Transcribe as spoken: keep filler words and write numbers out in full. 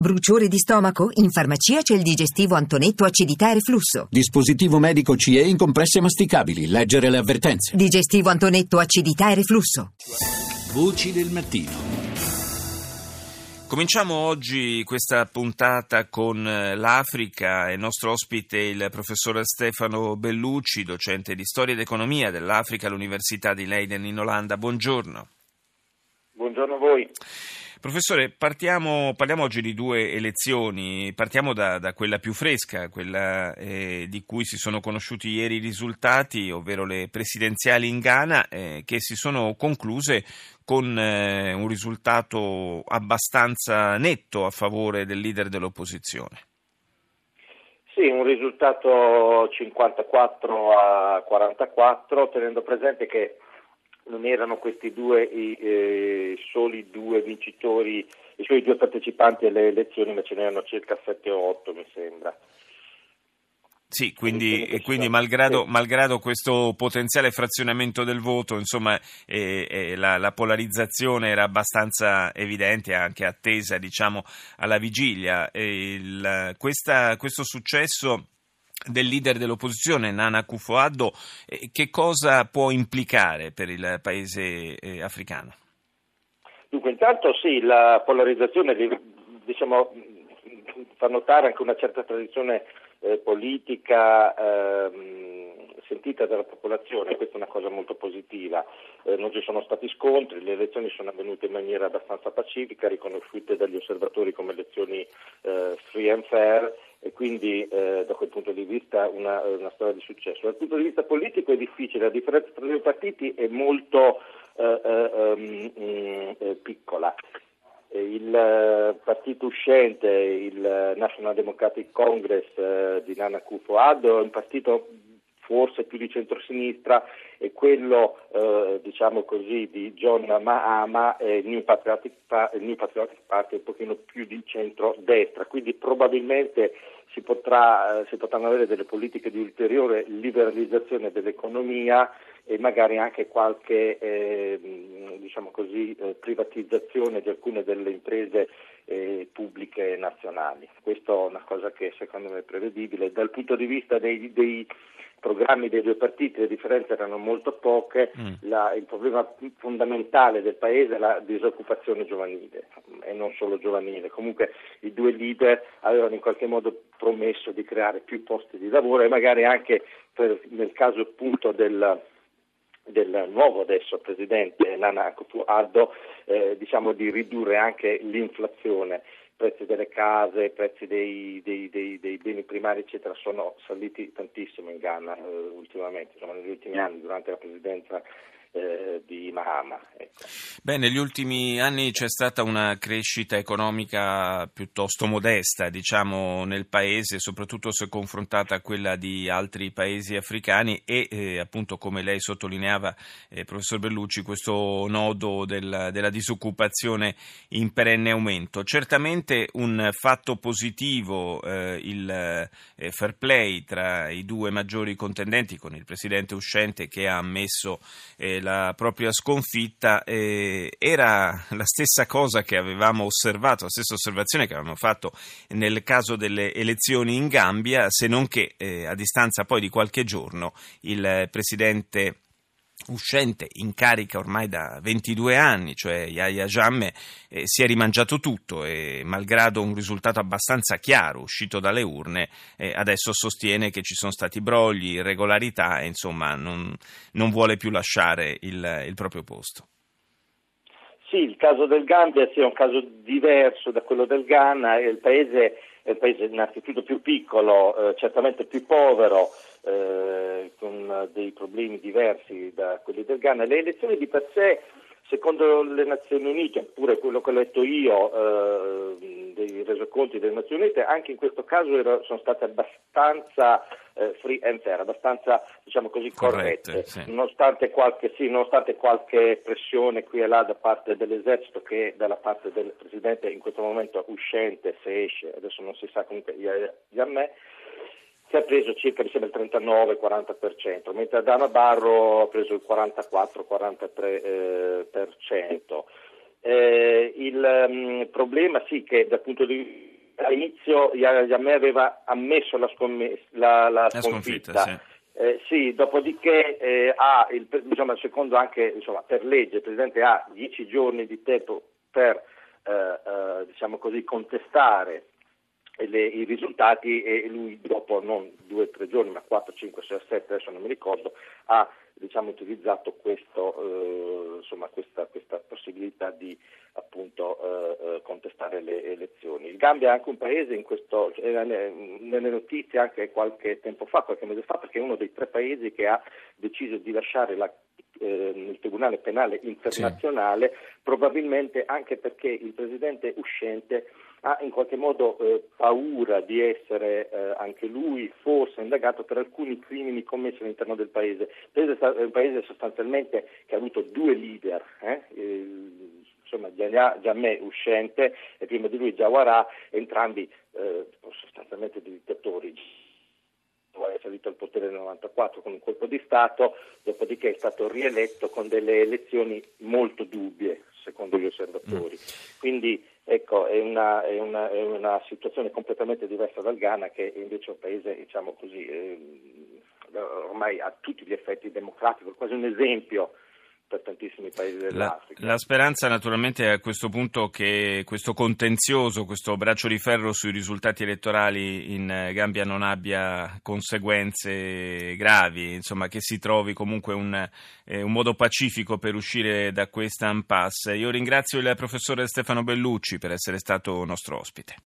Bruciore di stomaco? In farmacia c'è il digestivo Antonetto acidità e reflusso. Dispositivo medico C E in compresse masticabili. Leggere le avvertenze. Digestivo Antonetto acidità e reflusso. Voci del mattino. Cominciamo oggi questa puntata con l'Africa e il nostro ospite è il professor Stefano Bellucci, docente di storia ed economia dell'Africa all'Università di Leiden in Olanda. Buongiorno. Buongiorno a voi. Professore, partiamo, parliamo oggi di due elezioni, partiamo da, da quella più fresca, quella eh, di cui si sono conosciuti ieri i risultati, ovvero le presidenziali in Ghana, eh, che si sono concluse con eh, un risultato abbastanza netto a favore del leader dell'opposizione. Sì, un risultato cinquantaquattro a quarantaquattro, tenendo presente che non erano questi due i eh, soli due vincitori, i soli due partecipanti alle elezioni, ma ce n'erano circa sette o otto, mi sembra. Sì, quindi, e quindi malgrado, malgrado questo potenziale frazionamento del voto, insomma, eh, eh, la, la polarizzazione era abbastanza evidente, anche attesa, diciamo, alla vigilia. E il, questa, questo successo del leader dell'opposizione, Nana Akufo-Addo, eh, che cosa può implicare per il paese eh, africano? Dunque, intanto sì, la polarizzazione, diciamo, fa notare anche una certa tradizione eh, politica ehm, sentita dalla popolazione, questa è una cosa molto positiva. Eh, non ci sono stati scontri, le elezioni sono avvenute in maniera abbastanza pacifica, riconosciute dagli osservatori come elezioni eh, free and fair, e quindi eh, da quel punto di vista una, una storia di successo. Dal punto di vista politico è difficile, la differenza tra i due partiti è molto eh, eh, um, eh, piccola. Il eh, partito uscente, il National Democratic Congress eh, di Nana Akufo-Addo, è un partito forse più di centrosinistra, e quello eh, diciamo così di John Mahama, e il New Patriotic, pa- New Patriotic Party, un pochino più di centrodestra, quindi probabilmente si potrà, si potranno avere delle politiche di ulteriore liberalizzazione dell'economia e magari anche qualche eh, diciamo così eh, privatizzazione di alcune delle imprese eh, pubbliche nazionali. Questa è una cosa che secondo me è prevedibile. Dal punto di vista dei, dei programmi dei due partiti le differenze erano molto poche. Mm. La, il problema fondamentale del paese è la disoccupazione giovanile, e non solo giovanile. Comunque i due leader avevano in qualche modo promesso di creare più posti di lavoro, e magari anche per, nel caso appunto del del nuovo adesso presidente Nana Akufo-Addo, eh, diciamo di ridurre anche l'inflazione. Prezzi delle case, prezzi dei, dei, dei, dei beni primari eccetera sono saliti tantissimo in Ghana eh, ultimamente, insomma negli ultimi anni durante la presidenza eh, di Mahama. Ecco. Beh, negli ultimi anni c'è stata una crescita economica piuttosto modesta, diciamo, nel paese, soprattutto se confrontata a quella di altri paesi africani, e eh, appunto, come lei sottolineava, eh, professor Bellucci, questo nodo del, della disoccupazione in perenne aumento. Certamente un fatto positivo eh, il eh, fair play tra i due maggiori contendenti, con il presidente uscente che ha ammesso eh, la propria sconfitta. Eh, era la stessa cosa che avevamo osservato, la stessa osservazione che avevamo fatto nel caso delle elezioni in Gambia, se non che eh, a distanza poi di qualche giorno il presidente uscente, in carica ormai da ventidue anni, cioè Yahya Jammeh, eh, si è rimangiato tutto, e malgrado un risultato abbastanza chiaro uscito dalle urne, eh, adesso sostiene che ci sono stati brogli, irregolarità, e insomma non, non vuole più lasciare il, il proprio posto. Sì, il caso del Gambia sì, è un caso diverso da quello del Ghana. Il paese è un paese innanzitutto più piccolo, eh, certamente più povero, eh, con dei problemi diversi da quelli del Ghana. Le elezioni di per sé, secondo le Nazioni Unite, oppure quello che ho letto io eh, dei resoconti delle Nazioni Unite, anche in questo caso era, sono state abbastanza eh, free and fair, abbastanza diciamo così corrette, corrette sì. nonostante qualche sì, nonostante qualche pressione qui e là da parte dell'esercito, che dalla parte del presidente in questo momento uscente, se esce, adesso non si sa, comunque Jammeh, che ha preso circa, mi sembra, il trentanove quaranta per cento, mentre Adama Barrow ha preso il quarantaquattro quarantatré per cento. Eh, il um, problema sì che dal punto di all'inizio Jammeh aveva ammesso la, scommessa, la, la, la sconfitta, sconfitta sì. Eh, sì, dopodiché eh, ha il, diciamo, secondo anche insomma, per legge il Presidente ha dieci giorni di tempo per eh, eh, diciamo così, contestare le, i risultati, e lui dopo non due o tre giorni ma quattro, cinque, sei, sette, adesso non mi ricordo, ha diciamo, utilizzato questo, eh, insomma, questa, questa possibilità di appunto eh, eh, contestare le elezioni. Il Gambia è anche un paese in questo, eh, nelle notizie anche qualche tempo fa, qualche mese fa, perché è uno dei tre paesi che ha deciso di lasciare la eh, il Tribunale Penale Internazionale, sì. Probabilmente anche perché il presidente uscente ha in qualche modo eh, paura di essere eh, anche lui forse indagato per alcuni crimini commessi all'interno del paese. Il paese è un paese sostanzialmente che ha avuto due leader, eh? il, insomma Jammeh uscente e prima di lui Jawara, entrambi eh, sostanzialmente dei dittatori. È salito al potere nel novantaquattro con un colpo di Stato, dopodiché è stato rieletto con delle elezioni molto dubbie, secondo gli osservatori. Mm. Quindi ecco, è una, è, una, è una situazione completamente diversa dal Ghana, che è invece un paese, diciamo così, eh, ormai a tutti gli effetti democratico, quasi un esempio per tantissimi paesi dell'Africa. La, la speranza naturalmente è a questo punto che questo contenzioso, questo braccio di ferro sui risultati elettorali in Gambia non abbia conseguenze gravi, insomma che si trovi comunque un, eh, un modo pacifico per uscire da questa impasse. Io ringrazio il professore Stefano Bellucci per essere stato nostro ospite.